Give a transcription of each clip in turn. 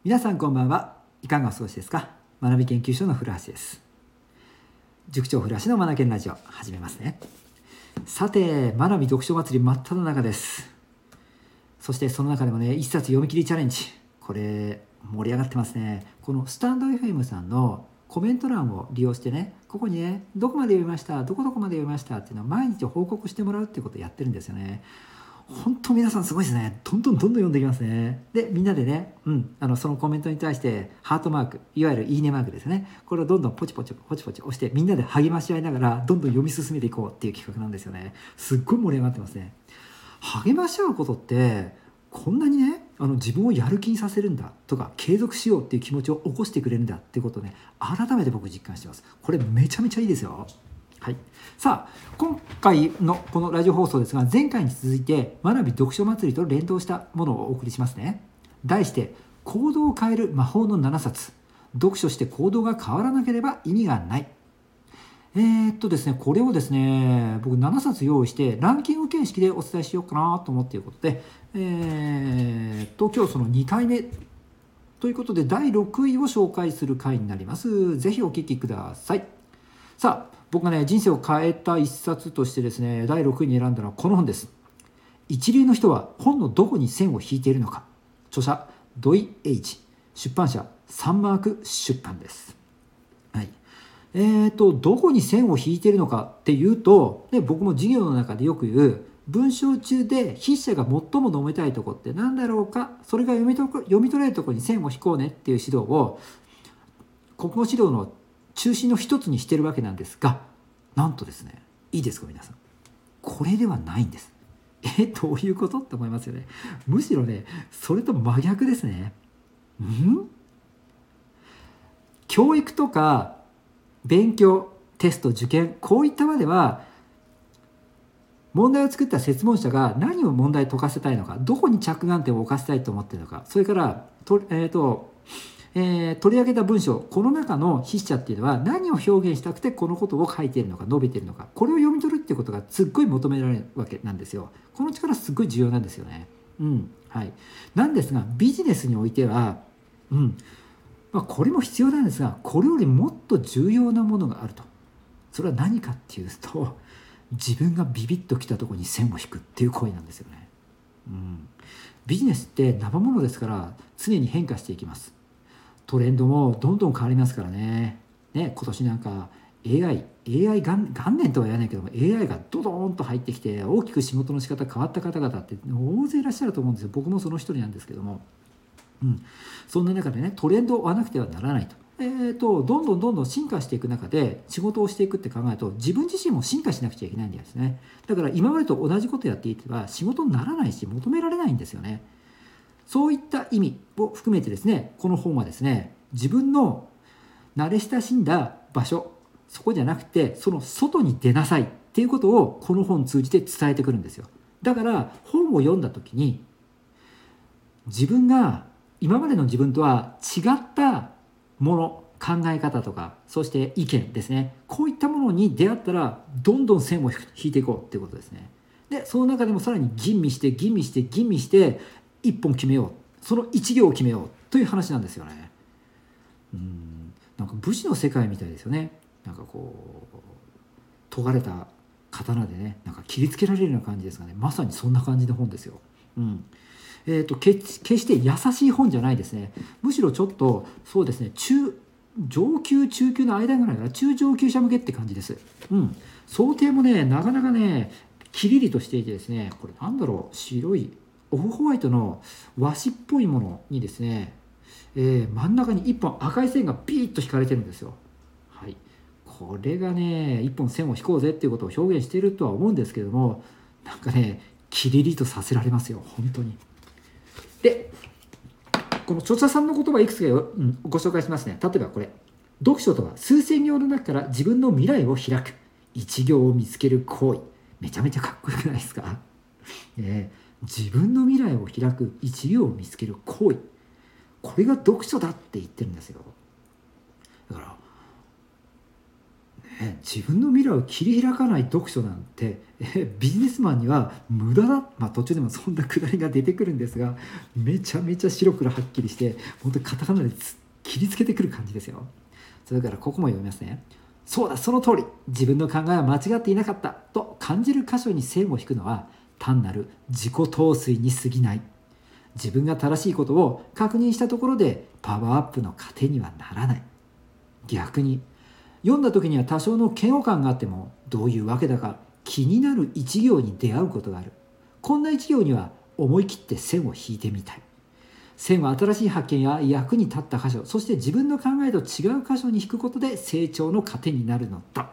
皆さんこんばんは。いかがお過ごしですか？学び研究所の古橋です。塾長古橋の学研ラジオ始めますね。さて、学び読書祭り真っ只中です。そしてその中でもね、一冊読み切りチャレンジ、これ盛り上がってますね。このスタンド FM さんのコメント欄を利用してね、ここにね、どこまで読みました、どこまで読みましたっていうのを毎日報告してもらうっていうことをやってるんですよね。本当皆さんすごいですね。どんどん読んでいきますね。で、みんなでね、そのコメントに対してハートマーク、いわゆるいいねマークですね。これをどんどんポチポチ押して、みんなで励まし合いながらどんどん読み進めていこうっていう企画なんですよね。すっごい盛り上がってますね。励まし合うことってこんなにね、自分をやる気にさせるんだとか、継続しようっていう気持ちを起こしてくれるんだっていうことをね、改めて僕実感してます。これめちゃめちゃいいですよ。はい、さあ今回のこのラジオ放送ですが、前回に続いて学び読書祭りと連動したものをお送りしますね。題して行動を変える魔法の7冊、読書して行動が変わらなければ意味がない。ですね、これをですね、僕7冊用意してランキング形式でお伝えしようかなと思っていることで、今日その2回目ということで第6位を紹介する回になります。ぜひお聞きください。さあ、僕がね、人生を変えた一冊としてですね、第6位に選んだのはこの本です。一流の人は本のどこに線を引いているのか。著者、土井英一。出版社、サンマーク出版です。はい。どこに線を引いているのかっていうと、ね、僕も授業の中でよく言う、文章中で筆者が最も述べたいところって何だろうか、それが読み取れるところに線を引こうねっていう指導を、国語指導の中心の一つにしてるわけなんですが、なんとですね、いいですか皆さん、これではないんです。どういうことって思いますよね。むしろね、それと真逆ですね。教育とか勉強、テスト、受験、こういった場では問題を作った設問者が何を問題解かせたいのか、どこに着眼点を置かせたいと思っているのか、それから取り上げた文章、この中の筆者っていうのは何を表現したくてこのことを書いているのか、述べているのか、これを読み取るっていうことがすっごい求められるわけなんですよ。この力すっごい重要なんですよね。はい。なんですが、ビジネスにおいては、これも必要なんですが、これよりもっと重要なものがあると。それは何かっていうと、自分がビビッときたところに線を引くっていう行為なんですよね。ビジネスって生ものですから常に変化していきます。トレンドもどんどん変わりますからね。今年なんか AI 元年とは言わないけども AI がドドーンと入ってきて大きく仕事の仕方変わった方々って大勢いらっしゃると思うんですよ。僕もその一人なんですけども、そんな中でね、トレンドを追わなくてはならないと。どんどん進化していく中で仕事をしていくって考えると、自分自身も進化しなくちゃいけないんですね。だから今までと同じことやっていては仕事にならないし求められないんですよね。そういった意味を含めてですね、この本はですね、自分の慣れ親しんだ場所、そこじゃなくてその外に出なさいっていうことをこの本を通じて伝えてくるんですよ。だから本を読んだ時に、自分が今までの自分とは違ったもの、考え方とか、そして意見ですね、こういったものに出会ったらどんどん線を引いていこうっていうことですね。でその中でもさらに吟味して一本決めよう、その一行を決めようという話なんですよね。なんか武士の世界みたいですよね。なんかこう尖れた刀でね、なんか切りつけられるような感じですがね、まさにそんな感じの本ですよ。決して優しい本じゃないですね。むしろちょっとそうですね、上級中級の間ぐらいから中上級者向けって感じです。想定もね、なかなかねキリリとしていてですね、これなんだろう、白いオフホワイトの和紙っぽいものにですね、真ん中に一本赤い線がビーッと引かれてるんですよ。はい、これがね、一本線を引こうぜっていうことを表現しているとは思うんですけれども、なんかねキリリとさせられますよ、本当に。で、この著者さんの言葉いくつかご紹介しますね。例えばこれ、読書とは数千行の中から自分の未来を開く一行を見つける行為。めちゃめちゃかっこよくないですか？自分の未来を開く一行を見つける行為、これが読書だって言ってるんですよ。だから自分の未来を切り開かない読書なんて、ビジネスマンには無駄だ、途中でもそんなくだりが出てくるんですが、めちゃめちゃ白黒はっきりして本当にカタカナで切りつけてくる感じですよ。それからここも読みますね。そうだ、その通り、自分の考えは間違っていなかったと感じる箇所に線を引くのは単なる自己陶酔に過ぎない。自分が正しいことを確認したところでパワーアップの糧にはならない。逆に読んだ時には多少の嫌悪感があっても、どういうわけだか気になる一行に出会うことがある。こんな一行には思い切って線を引いてみたい。線は新しい発見や役に立った箇所、そして自分の考えと違う箇所に引くことで成長の糧になるのだ。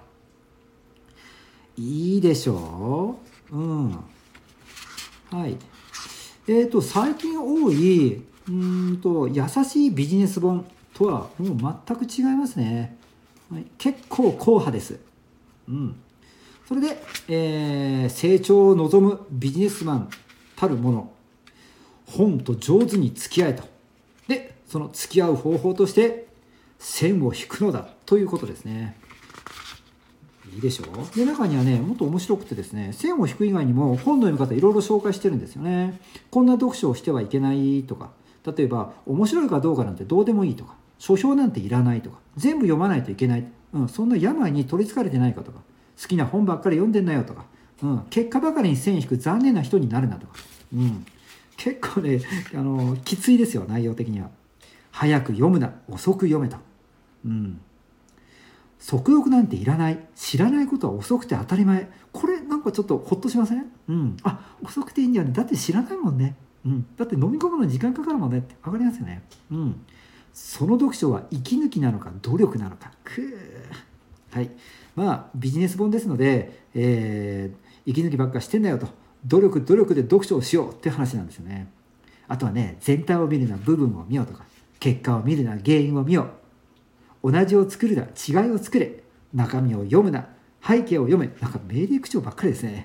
いいでしょう。はい。最近多い優しいビジネス本とはもう全く違いますね。はい、結構硬派です。それで、成長を望むビジネスマンたるもの、本と上手に付き合えと。で、その付き合う方法として線を引くのだということですね。いいでしょう。で、中にはね、もっと面白くてですね、線を引く以外にも本の読み方いろいろ紹介してるんですよね。こんな読書をしてはいけないとか、例えば面白いかどうかなんてどうでもいいとか、書評なんていらないとか、全部読まないといけない、そんな病に取りつかれてないかとか、好きな本ばっかり読んでんなよとか、結果ばかりに線引く残念な人になるなとか、結構ねきついですよ、内容的には。早く読むな、遅く読めと。速読なんていらない、知らないことは遅くて当たり前。これなんかちょっとホッとしません？遅くていいんだよね、だって知らないもんね。だって飲み込むのに時間かかるもんねって分かりますよね。その読書は息抜きなのか努力なのか。はい。ビジネス本ですので、息抜きばっかしてんだよと。努力で読書をしようって話なんですよね。あとはね、全体を見るな部分を見ようとか、結果を見るな原因を見よう。同じを作るな違いを作れ。中身を読むな背景を読め。なんか命令口調ばっかりですね。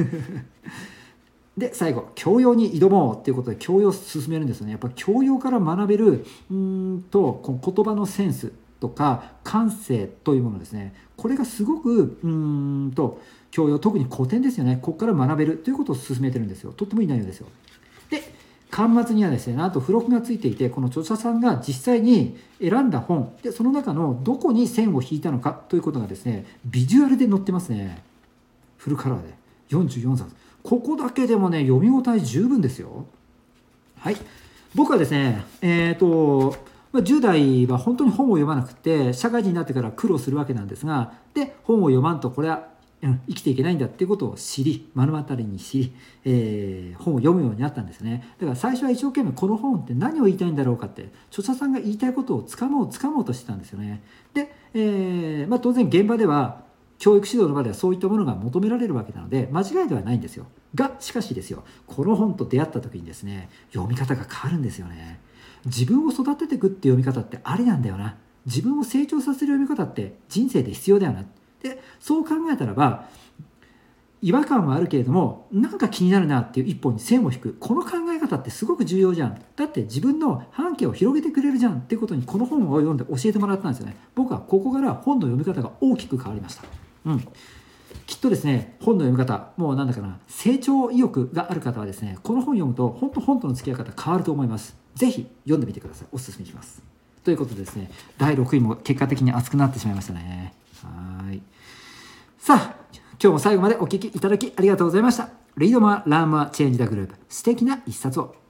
で、最後、教養に挑もうっていうことで教養を進めるんですよね。やっぱ教養から学べるこの言葉のセンスとか感性というものですね。これがすごく教養、特に古典ですよね。ここから学べるということを進めてるんですよ。とってもいい内容ですよ。で、巻末にはですね、なんと付録がついていて、この著者さんが実際に選んだ本で、その中のどこに線を引いたのかということがですね、ビジュアルで載ってますね。フルカラーで44冊。ここだけでもね、読み応え十分ですよ。はい。僕はですね、10代は本当に本を読まなくて、社会人になってから苦労するわけなんですが、で、本を読まんとこれは生きていけないんだっていうことを知り、目の当たりに知り、本を読むようになったんですね。だから最初は一生懸命この本って何を言いたいんだろうかって、著者さんが言いたいことをつかもうとしてたんですよね。で、当然現場では教育指導の場ではそういったものが求められるわけなので間違いではないんですよ。がしかしですよ、この本と出会った時にですね、読み方が変わるんですよね。自分を育てていくって読み方ってありなんだよな。自分を成長させる読み方って人生で必要だよな。で、そう考えたらば違和感はあるけれども、なんか気になるなっていう一本に線を引く、この考え方ってすごく重要じゃん。だって自分の半径を広げてくれるじゃんっていうことに、この本を読んで教えてもらったんですよね。僕はここから本の読み方が大きく変わりました。きっとですね、本の読み方、もうなんだかな、成長意欲がある方はですね、この本読むと本との付き合い方変わると思います。ぜひ読んでみてください。お勧めします。ということでですね、第6位も結果的に熱くなってしまいましたね。はい。さあ、今日も最後までお聞きいただきありがとうございました。Read more, learn more, change the group。素敵な一冊を。